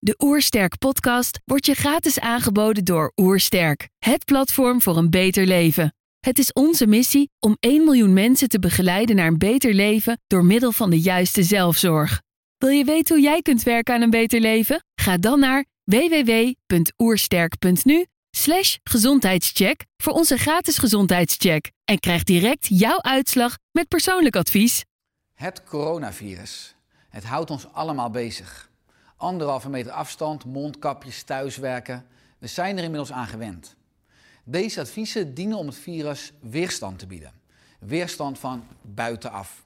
De Oersterk podcast wordt je gratis aangeboden door Oersterk, het platform voor een beter leven. Het is onze missie om 1 miljoen mensen te begeleiden naar een beter leven door middel van de juiste zelfzorg. Wil je weten hoe jij kunt werken aan een beter leven? Ga dan naar www.oersterk.nu/gezondheidscheck voor onze gratis gezondheidscheck en krijg direct jouw uitslag met persoonlijk advies. Het coronavirus. Het houdt ons allemaal bezig. 1,5 meter afstand, mondkapjes, thuiswerken. We zijn er inmiddels aan gewend. Deze adviezen dienen om het virus weerstand te bieden. Weerstand van buitenaf.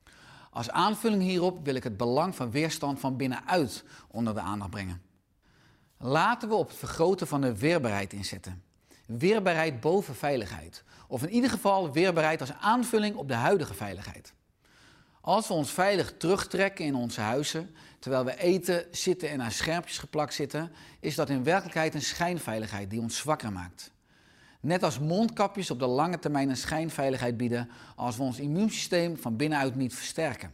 Als aanvulling hierop wil ik het belang van weerstand van binnenuit onder de aandacht brengen. Laten we op het vergroten van de weerbaarheid inzetten. Weerbaarheid boven veiligheid. Of in ieder geval weerbaarheid als aanvulling op de huidige veiligheid. Als we ons veilig terugtrekken in onze huizen, terwijl we eten, zitten en aan schermpjes geplakt zitten, is dat in werkelijkheid een schijnveiligheid die ons zwakker maakt. Net als mondkapjes op de lange termijn een schijnveiligheid bieden als we ons immuunsysteem van binnenuit niet versterken.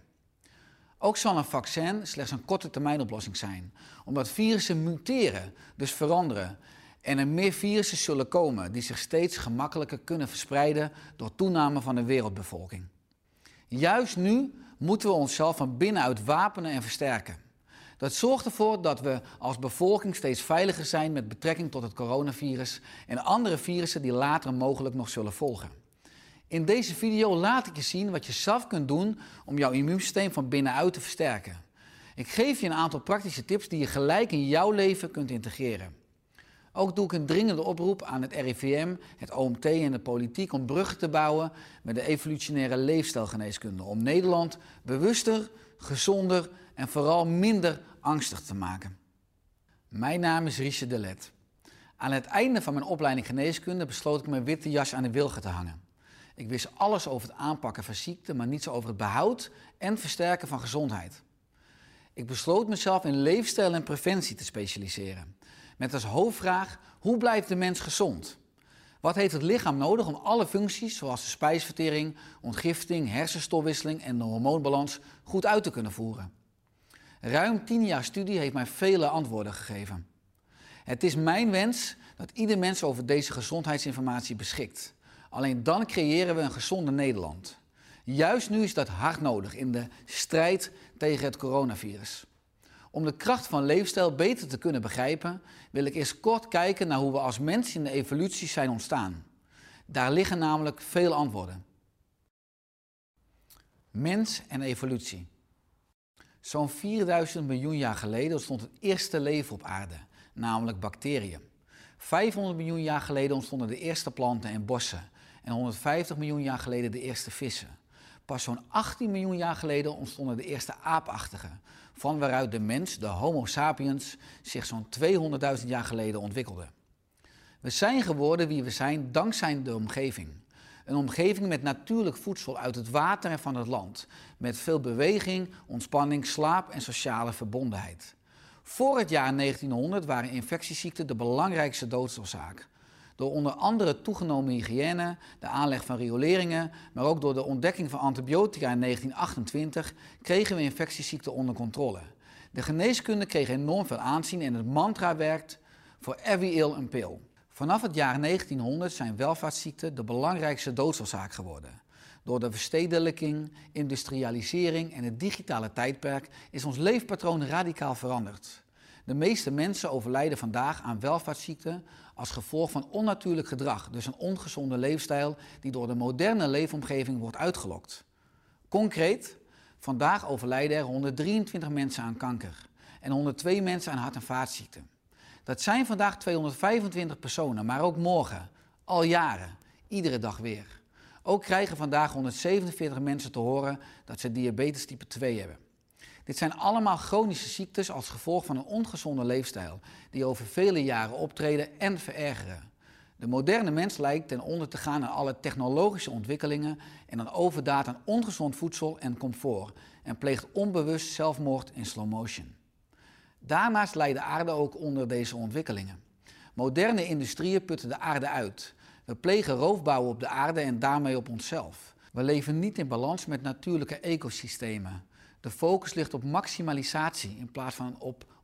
Ook zal een vaccin slechts een korte termijn oplossing zijn, omdat virussen muteren, dus veranderen, en er meer virussen zullen komen die zich steeds gemakkelijker kunnen verspreiden door toename van de wereldbevolking. Juist nu moeten we onszelf van binnenuit wapenen en versterken. Dat zorgt ervoor dat we als bevolking steeds veiliger zijn met betrekking tot het coronavirus en andere virussen die later mogelijk nog zullen volgen. In deze video laat ik je zien wat je zelf kunt doen om jouw immuunsysteem van binnenuit te versterken. Ik geef je een aantal praktische tips die je gelijk in jouw leven kunt integreren. Ook doe ik een dringende oproep aan het RIVM, het OMT en de politiek om bruggen te bouwen met de evolutionaire leefstijlgeneeskunde. Om Nederland bewuster, gezonder en vooral minder angstig te maken. Mijn naam is Richard de Let. Aan het einde van mijn opleiding geneeskunde besloot ik mijn witte jas aan de wilgen te hangen. Ik wist alles over het aanpakken van ziekte, maar niets over het behoud en versterken van gezondheid. Ik besloot mezelf in leefstijl en preventie te specialiseren. Met als hoofdvraag, hoe blijft de mens gezond? Wat heeft het lichaam nodig om alle functies, zoals de spijsvertering, ontgifting, hersenstofwisseling en de hormoonbalans, goed uit te kunnen voeren? Ruim 10 jaar studie heeft mij vele antwoorden gegeven. Het is mijn wens dat ieder mens over deze gezondheidsinformatie beschikt. Alleen dan creëren we een gezonder Nederland. Juist nu is dat hard nodig in de strijd tegen het coronavirus. Om de kracht van leefstijl beter te kunnen begrijpen, wil ik eerst kort kijken naar hoe we als mens in de evolutie zijn ontstaan. Daar liggen namelijk veel antwoorden. Mens en evolutie. Zo'n 4000 miljoen jaar geleden ontstond het eerste leven op aarde, namelijk bacteriën. 500 miljoen jaar geleden ontstonden de eerste planten en bossen en 150 miljoen jaar geleden de eerste vissen. Pas zo'n 18 miljoen jaar geleden ontstonden de eerste aapachtigen, van waaruit de mens, de Homo sapiens, zich zo'n 200.000 jaar geleden ontwikkelde. We zijn geworden wie we zijn dankzij de omgeving. Een omgeving met natuurlijk voedsel uit het water en van het land, met veel beweging, ontspanning, slaap en sociale verbondenheid. Voor het jaar 1900 waren infectieziekten de belangrijkste doodsoorzaak. Door onder andere toegenomen hygiëne, de aanleg van rioleringen, maar ook door de ontdekking van antibiotica in 1928 kregen we infectieziekten onder controle. De geneeskunde kreeg enorm veel aanzien en het mantra werkt: for every ill a pill. Vanaf het jaar 1900 zijn welvaartsziekten de belangrijkste doodsoorzaak geworden. Door de verstedelijking, industrialisering en het digitale tijdperk is ons leefpatroon radicaal veranderd. De meeste mensen overlijden vandaag aan welvaartsziekten als gevolg van onnatuurlijk gedrag, dus een ongezonde leefstijl die door de moderne leefomgeving wordt uitgelokt. Concreet, vandaag overlijden er 123 mensen aan kanker en 102 mensen aan hart- en vaatziekten. Dat zijn vandaag 225 personen, maar ook morgen, al jaren, iedere dag weer. Ook krijgen vandaag 147 mensen te horen dat ze diabetes type 2 hebben. Dit zijn allemaal chronische ziektes als gevolg van een ongezonde leefstijl die over vele jaren optreden en verergeren. De moderne mens lijkt ten onder te gaan aan alle technologische ontwikkelingen en dan overdaad aan ongezond voedsel en comfort en pleegt onbewust zelfmoord in slow motion. Daarnaast leidt de aarde ook onder deze ontwikkelingen. Moderne industrieën putten de aarde uit. We plegen roofbouw op de aarde en daarmee op onszelf. We leven niet in balans met natuurlijke ecosystemen. De focus ligt op maximalisatie in plaats van op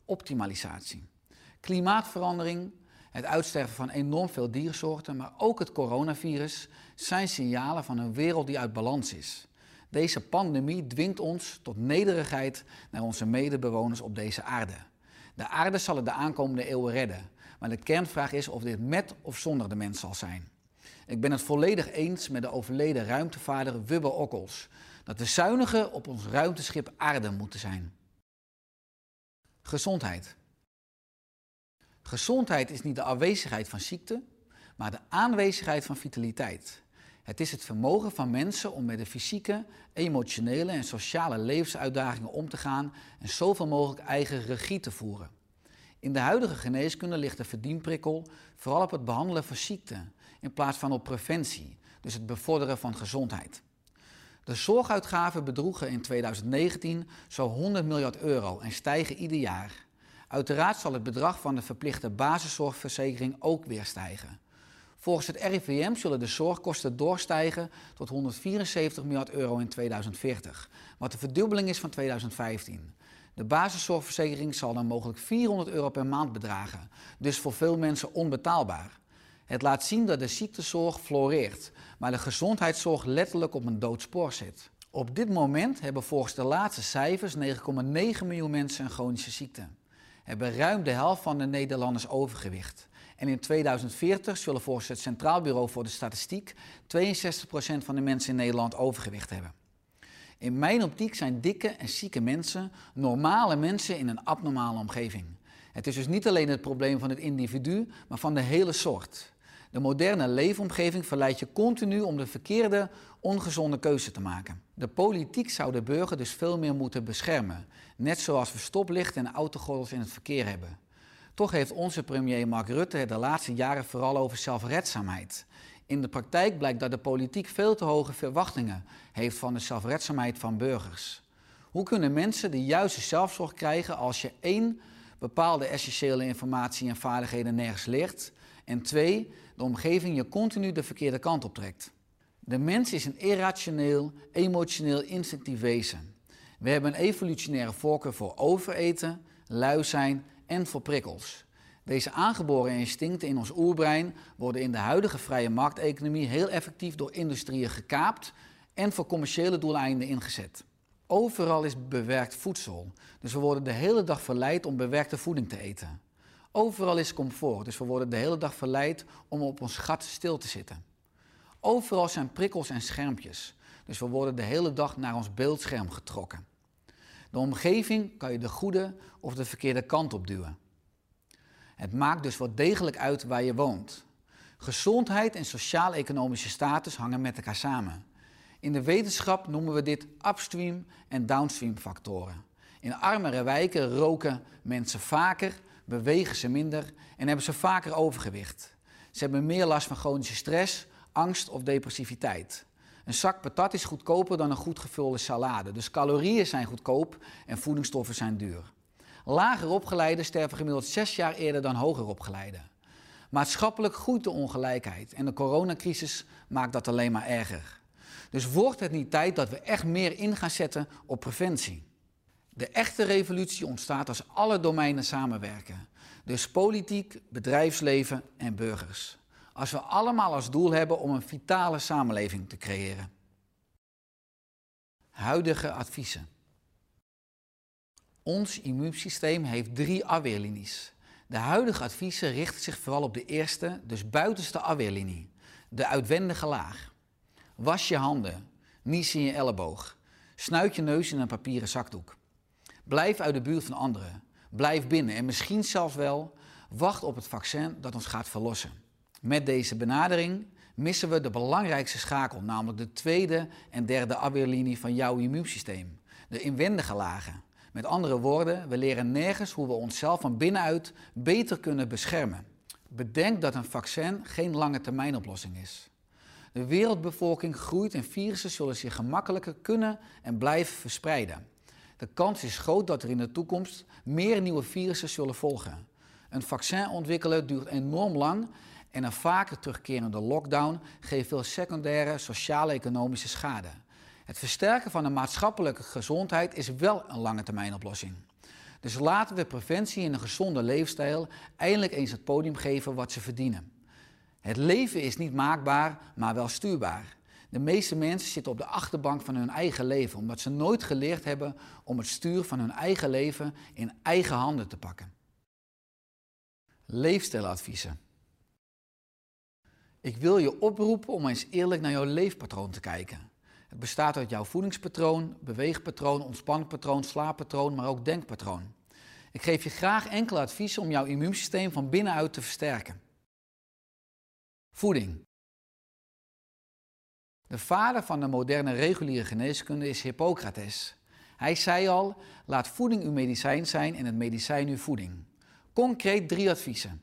optimalisatie. Klimaatverandering, het uitsterven van enorm veel diersoorten, maar ook het coronavirus zijn signalen van een wereld die uit balans is. Deze pandemie dwingt ons tot nederigheid naar onze medebewoners op deze aarde. De aarde zal het de aankomende eeuwen redden, maar de kernvraag is of dit met of zonder de mens zal zijn. Ik ben het volledig eens met de overleden ruimtevader Wubbe Ockels, dat de zuinigen op ons ruimteschip aarde moeten zijn. Gezondheid. Gezondheid is niet de afwezigheid van ziekte, maar de aanwezigheid van vitaliteit. Het is het vermogen van mensen om met de fysieke, emotionele en sociale levensuitdagingen om te gaan en zoveel mogelijk eigen regie te voeren. In de huidige geneeskunde ligt de verdienprikkel vooral op het behandelen van ziekte in plaats van op preventie, dus het bevorderen van gezondheid. De zorguitgaven bedroegen in 2019 zo'n 100 miljard euro en stijgen ieder jaar. Uiteraard zal het bedrag van de verplichte basiszorgverzekering ook weer stijgen. Volgens het RIVM zullen de zorgkosten doorstijgen tot 174 miljard euro in 2040, wat een verdubbeling is van 2015. De basiszorgverzekering zal dan mogelijk 400 euro per maand bedragen, dus voor veel mensen onbetaalbaar. Het laat zien dat de ziektezorg floreert, maar de gezondheidszorg letterlijk op een doodspoor zit. Op dit moment hebben volgens de laatste cijfers 9,9 miljoen mensen een chronische ziekte. Hebben ruim de helft van de Nederlanders overgewicht. En in 2040 zullen volgens het Centraal Bureau voor de Statistiek 62% van de mensen in Nederland overgewicht hebben. In mijn optiek zijn dikke en zieke mensen normale mensen in een abnormale omgeving. Het is dus niet alleen het probleem van het individu, maar van de hele soort. De moderne leefomgeving verleidt je continu om de verkeerde, ongezonde keuze te maken. De politiek zou de burger dus veel meer moeten beschermen, net zoals we stoplichten en autogordels in het verkeer hebben. Toch heeft onze premier Mark Rutte het de laatste jaren vooral over zelfredzaamheid. In de praktijk blijkt dat de politiek veel te hoge verwachtingen heeft van de zelfredzaamheid van burgers. Hoe kunnen mensen de juiste zelfzorg krijgen als je 1. bepaalde essentiële informatie en vaardigheden nergens leert en 2. de omgeving je continu de verkeerde kant op trekt? De mens is een irrationeel, emotioneel, instinctief wezen. We hebben een evolutionaire voorkeur voor overeten, lui zijn en voor prikkels. Deze aangeboren instincten in ons oerbrein worden in de huidige vrije markteconomie heel effectief door industrieën gekaapt en voor commerciële doeleinden ingezet. Overal is bewerkt voedsel, dus we worden de hele dag verleid om bewerkte voeding te eten. Overal is comfort, dus we worden de hele dag verleid om op ons gat stil te zitten. Overal zijn prikkels en schermpjes, dus we worden de hele dag naar ons beeldscherm getrokken. De omgeving kan je de goede of de verkeerde kant op duwen. Het maakt dus wel degelijk uit waar je woont. Gezondheid en sociaal-economische status hangen met elkaar samen. In de wetenschap noemen we dit upstream en downstream factoren. In armere wijken roken mensen vaker, bewegen ze minder en hebben ze vaker overgewicht. Ze hebben meer last van chronische stress, angst of depressiviteit. Een zak patat is goedkoper dan een goed gevulde salade, dus calorieën zijn goedkoop en voedingsstoffen zijn duur. Lager opgeleiden sterven gemiddeld 6 jaar eerder dan hoger opgeleiden. Maatschappelijk groeit de ongelijkheid en de coronacrisis maakt dat alleen maar erger. Dus wordt het niet tijd dat we echt meer in gaan zetten op preventie? De echte revolutie ontstaat als alle domeinen samenwerken. Dus politiek, bedrijfsleven en burgers. Als we allemaal als doel hebben om een vitale samenleving te creëren. Huidige adviezen. Ons immuunsysteem heeft 3 afweerlinies. De huidige adviezen richten zich vooral op de eerste, dus buitenste afweerlinie. De uitwendige laag. Was je handen, nies in je elleboog. Snuit je neus in een papieren zakdoek. Blijf uit de buurt van anderen. Blijf binnen en misschien zelfs wel wacht op het vaccin dat ons gaat verlossen. Met deze benadering missen we de belangrijkste schakel, namelijk de tweede en derde afweerlinie van jouw immuunsysteem. De inwendige lagen. Met andere woorden, we leren nergens hoe we onszelf van binnenuit beter kunnen beschermen. Bedenk dat een vaccin geen lange termijnoplossing is. De wereldbevolking groeit en virussen zullen zich gemakkelijker kunnen en blijven verspreiden. De kans is groot dat er in de toekomst meer nieuwe virussen zullen volgen. Een vaccin ontwikkelen duurt enorm lang en een vaker terugkerende lockdown geeft veel secundaire sociaal-economische schade. Het versterken van de maatschappelijke gezondheid is wel een lange termijn oplossing. Dus laten we preventie en een gezonde leefstijl eindelijk eens het podium geven wat ze verdienen. Het leven is niet maakbaar, maar wel stuurbaar. De meeste mensen zitten op de achterbank van hun eigen leven, omdat ze nooit geleerd hebben om het stuur van hun eigen leven in eigen handen te pakken. Leefstijladviezen. Ik wil je oproepen om eens eerlijk naar jouw leefpatroon te kijken. Het bestaat uit jouw voedingspatroon, beweegpatroon, ontspanpatroon, slaappatroon, maar ook denkpatroon. Ik geef je graag enkele adviezen om jouw immuunsysteem van binnenuit te versterken. Voeding. De vader van de moderne reguliere geneeskunde is Hippocrates. Hij zei al, laat voeding uw medicijn zijn en het medicijn uw voeding. Concreet 3 adviezen.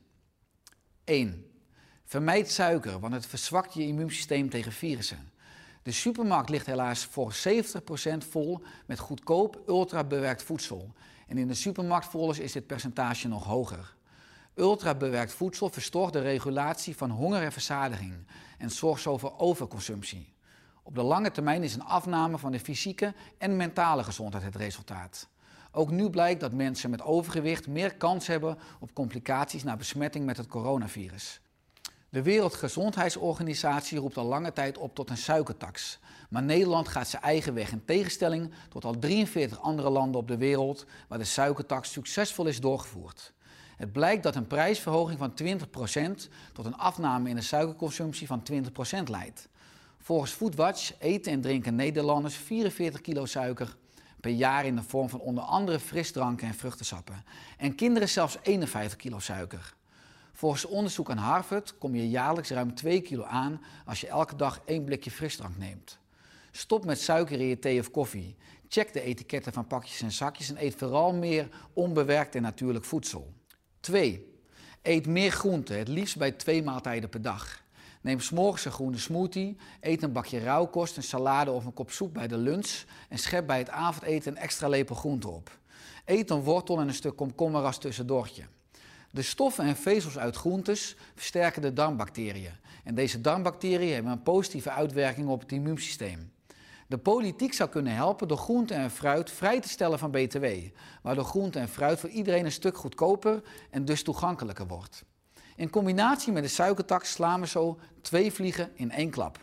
1. Vermijd suiker, want het verzwakt je immuunsysteem tegen virussen. De supermarkt ligt helaas voor 70% vol met goedkoop ultrabewerkt voedsel. En in de supermarktfolders is dit percentage nog hoger. Ultrabewerkt voedsel verstoort de regulatie van honger en verzadiging en zorgt zo voor overconsumptie. Op de lange termijn is een afname van de fysieke en mentale gezondheid het resultaat. Ook nu blijkt dat mensen met overgewicht meer kans hebben op complicaties na besmetting met het coronavirus. De Wereldgezondheidsorganisatie roept al lange tijd op tot een suikertax. Maar Nederland gaat zijn eigen weg in tegenstelling tot al 43 andere landen op de wereld waar de suikertax succesvol is doorgevoerd. Het blijkt dat een prijsverhoging van 20% tot een afname in de suikerconsumptie van 20% leidt. Volgens Foodwatch eten en drinken Nederlanders 44 kilo suiker per jaar in de vorm van onder andere frisdranken en vruchtensappen. En kinderen zelfs 51 kilo suiker. Volgens onderzoek aan Harvard kom je jaarlijks ruim 2 kilo aan als je elke dag 1 blikje frisdrank neemt. Stop met suiker in je thee of koffie. Check de etiketten van pakjes en zakjes en eet vooral meer onbewerkt en natuurlijk voedsel. 2. Eet meer groenten, het liefst bij 2 maaltijden per dag. Neem 's morgens een groene smoothie, eet een bakje rauwkost, een salade of een kop soep bij de lunch en schep bij het avondeten een extra lepel groente op. Eet een wortel en een stuk komkommer als tussendoortje. De stoffen en vezels uit groentes versterken de darmbacteriën. En deze darmbacteriën hebben een positieve uitwerking op het immuunsysteem. De politiek zou kunnen helpen door groente en fruit vrij te stellen van BTW, waardoor groente en fruit voor iedereen een stuk goedkoper en dus toegankelijker wordt. In combinatie met de suikertax slaan we zo 2 vliegen in 1 klap.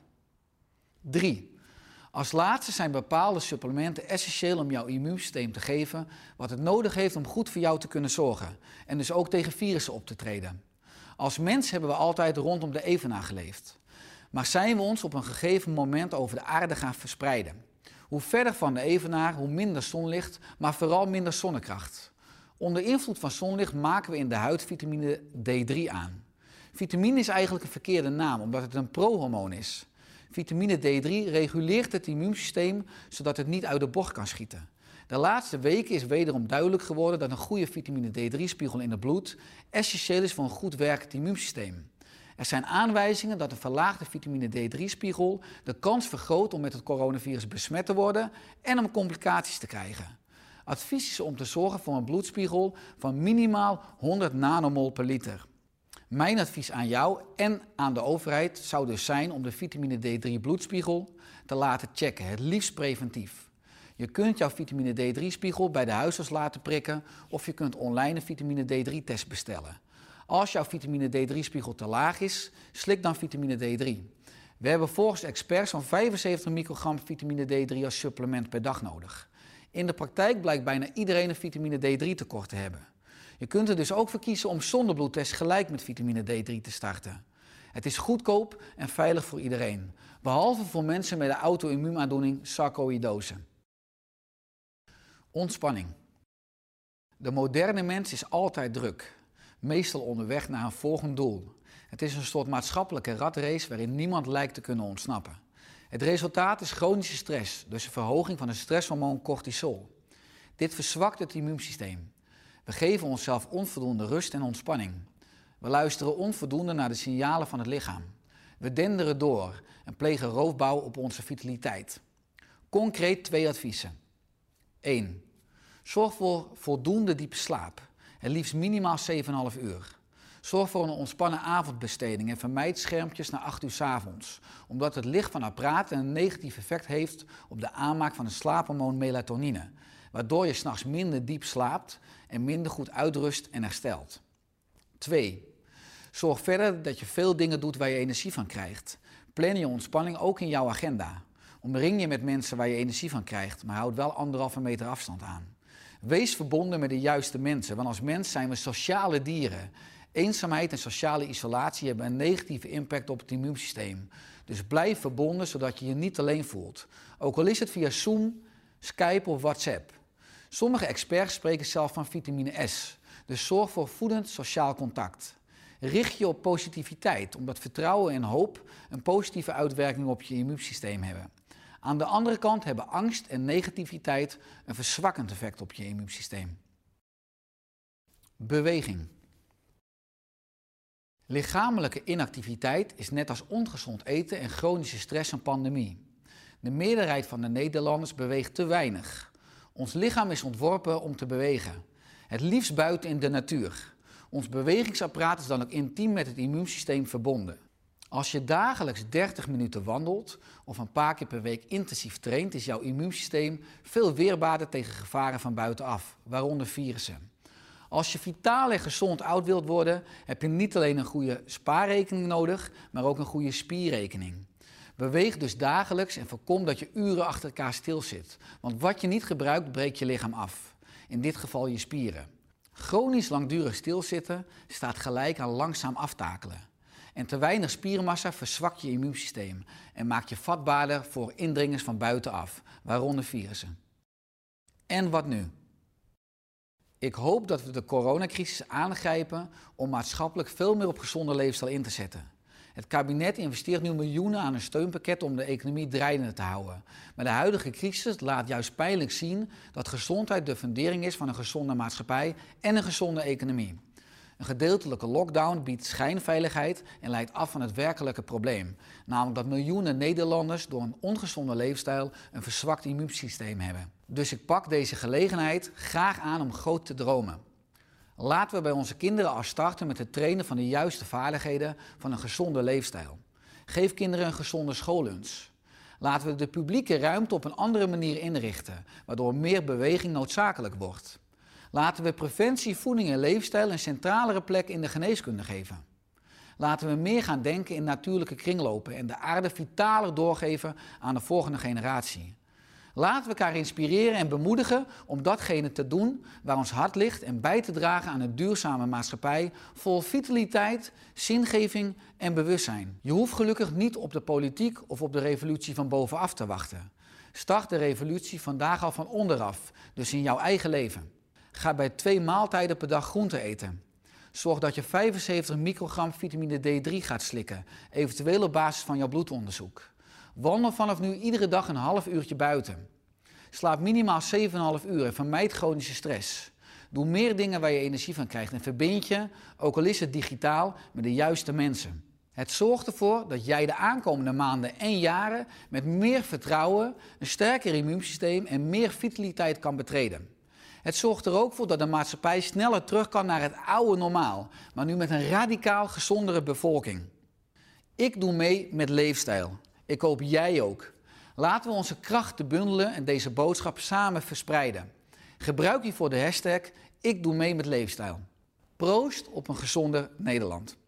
3. Als laatste zijn bepaalde supplementen essentieel om jouw immuunsysteem te geven wat het nodig heeft om goed voor jou te kunnen zorgen en dus ook tegen virussen op te treden. Als mens hebben we altijd rondom de evenaar geleefd. Maar zijn we ons op een gegeven moment over de aarde gaan verspreiden? Hoe verder van de evenaar, hoe minder zonlicht, maar vooral minder zonnekracht. Onder invloed van zonlicht maken we in de huid vitamine D3 aan. Vitamine is eigenlijk een verkeerde naam, omdat het een prohormoon is. Vitamine D3 reguleert het immuunsysteem, zodat het niet uit de bocht kan schieten. De laatste weken is wederom duidelijk geworden dat een goede vitamine D3-spiegel in het bloed essentieel is voor een goed werkend immuunsysteem. Er zijn aanwijzingen dat een verlaagde vitamine D3-spiegel de kans vergroot om met het coronavirus besmet te worden en om complicaties te krijgen. Advies is om te zorgen voor een bloedspiegel van minimaal 100 nanomol per liter. Mijn advies aan jou en aan de overheid zou dus zijn om de vitamine D3 bloedspiegel te laten checken, het liefst preventief. Je kunt jouw vitamine D3-spiegel bij de huisarts laten prikken of je kunt online een vitamine D3-test bestellen. Als jouw vitamine D3-spiegel te laag is, slik dan vitamine D3. We hebben volgens experts zo'n 75 microgram vitamine D3 als supplement per dag nodig. In de praktijk blijkt bijna iedereen een vitamine D3 tekort te hebben. Je kunt er dus ook voor kiezen om zonder bloedtest gelijk met vitamine D3 te starten. Het is goedkoop en veilig voor iedereen, behalve voor mensen met de auto-immuunaandoening sarcoïdose. Ontspanning. De moderne mens is altijd druk, meestal onderweg naar een volgend doel. Het is een soort maatschappelijke ratrace waarin niemand lijkt te kunnen ontsnappen. Het resultaat is chronische stress, dus een verhoging van het stresshormoon cortisol. Dit verzwakt het immuunsysteem. We geven onszelf onvoldoende rust en ontspanning. We luisteren onvoldoende naar de signalen van het lichaam. We denderen door en plegen roofbouw op onze vitaliteit. Concreet 2 adviezen. 1. Zorg voor voldoende diepe slaap. Het liefst minimaal 7,5 uur. Zorg voor een ontspannen avondbesteding en vermijd schermpjes na 8 uur 's avonds, omdat het licht van apparaten een negatief effect heeft op de aanmaak van het slaaphormoon melatonine, waardoor je 's nachts minder diep slaapt en minder goed uitrust en herstelt. 2. Zorg verder dat je veel dingen doet waar je energie van krijgt. Plan je ontspanning ook in jouw agenda. Omring je met mensen waar je energie van krijgt, maar houd wel 1,5 meter afstand aan. Wees verbonden met de juiste mensen, want als mens zijn we sociale dieren. Eenzaamheid en sociale isolatie hebben een negatieve impact op het immuunsysteem. Dus blijf verbonden, zodat je je niet alleen voelt. Ook al is het via Zoom, Skype of WhatsApp. Sommige experts spreken zelf van vitamine S. Dus zorg voor voedend sociaal contact. Richt je op positiviteit, omdat vertrouwen en hoop een positieve uitwerking op je immuunsysteem hebben. Aan de andere kant hebben angst en negativiteit een verzwakkend effect op je immuunsysteem. Beweging. Lichamelijke inactiviteit is net als ongezond eten en chronische stress een pandemie. De meerderheid van de Nederlanders beweegt te weinig. Ons lichaam is ontworpen om te bewegen. Het liefst buiten in de natuur. Ons bewegingsapparaat is dan ook intiem met het immuunsysteem verbonden. Als je dagelijks 30 minuten wandelt of een paar keer per week intensief traint, is jouw immuunsysteem veel weerbaarder tegen gevaren van buitenaf, waaronder virussen. Als je vitaal en gezond oud wilt worden, heb je niet alleen een goede spaarrekening nodig, maar ook een goede spierrekening. Beweeg dus dagelijks en voorkom dat je uren achter elkaar stilzit. Want wat je niet gebruikt, breekt je lichaam af. In dit geval je spieren. Chronisch langdurig stilzitten staat gelijk aan langzaam aftakelen. En te weinig spiermassa verzwakt je immuunsysteem en maakt je vatbaarder voor indringers van buitenaf, waaronder virussen. En wat nu? Ik hoop dat we de coronacrisis aangrijpen om maatschappelijk veel meer op gezonde leefstijl in te zetten. Het kabinet investeert nu miljoenen aan een steunpakket om de economie draaiende te houden. Maar de huidige crisis laat juist pijnlijk zien dat gezondheid de fundering is van een gezonde maatschappij en een gezonde economie. Een gedeeltelijke lockdown biedt schijnveiligheid en leidt af van het werkelijke probleem. Namelijk dat miljoenen Nederlanders door een ongezonde leefstijl een verzwakt immuunsysteem hebben. Dus ik pak deze gelegenheid graag aan om groot te dromen. Laten we bij onze kinderen al starten met het trainen van de juiste vaardigheden van een gezonde leefstijl. Geef kinderen een gezonde schoollunch. Laten we de publieke ruimte op een andere manier inrichten, waardoor meer beweging noodzakelijk wordt. Laten we preventie, voeding en leefstijl een centralere plek in de geneeskunde geven. Laten we meer gaan denken in natuurlijke kringlopen en de aarde vitaler doorgeven aan de volgende generatie. Laten we elkaar inspireren en bemoedigen om datgene te doen waar ons hart ligt en bij te dragen aan een duurzame maatschappij vol vitaliteit, zingeving en bewustzijn. Je hoeft gelukkig niet op de politiek of op de revolutie van bovenaf te wachten. Start de revolutie vandaag al van onderaf, dus in jouw eigen leven. Ga bij 2 maaltijden per dag groente eten. Zorg dat je 75 microgram vitamine D3 gaat slikken, eventueel op basis van jouw bloedonderzoek. Wandel vanaf nu iedere dag een half uurtje buiten. Slaap minimaal 7,5 uur en vermijd chronische stress. Doe meer dingen waar je energie van krijgt en verbind je, ook al is het digitaal, met de juiste mensen. Het zorgt ervoor dat jij de aankomende maanden en jaren met meer vertrouwen, een sterker immuunsysteem en meer vitaliteit kan betreden. Het zorgt er ook voor dat de maatschappij sneller terug kan naar het oude normaal, maar nu met een radicaal gezondere bevolking. Ik doe mee met leefstijl. Ik hoop jij ook. Laten we onze krachten bundelen en deze boodschap samen verspreiden. Gebruik hiervoor de hashtag #IkDoeMeeMetLeefstijl. Proost op een gezonder Nederland.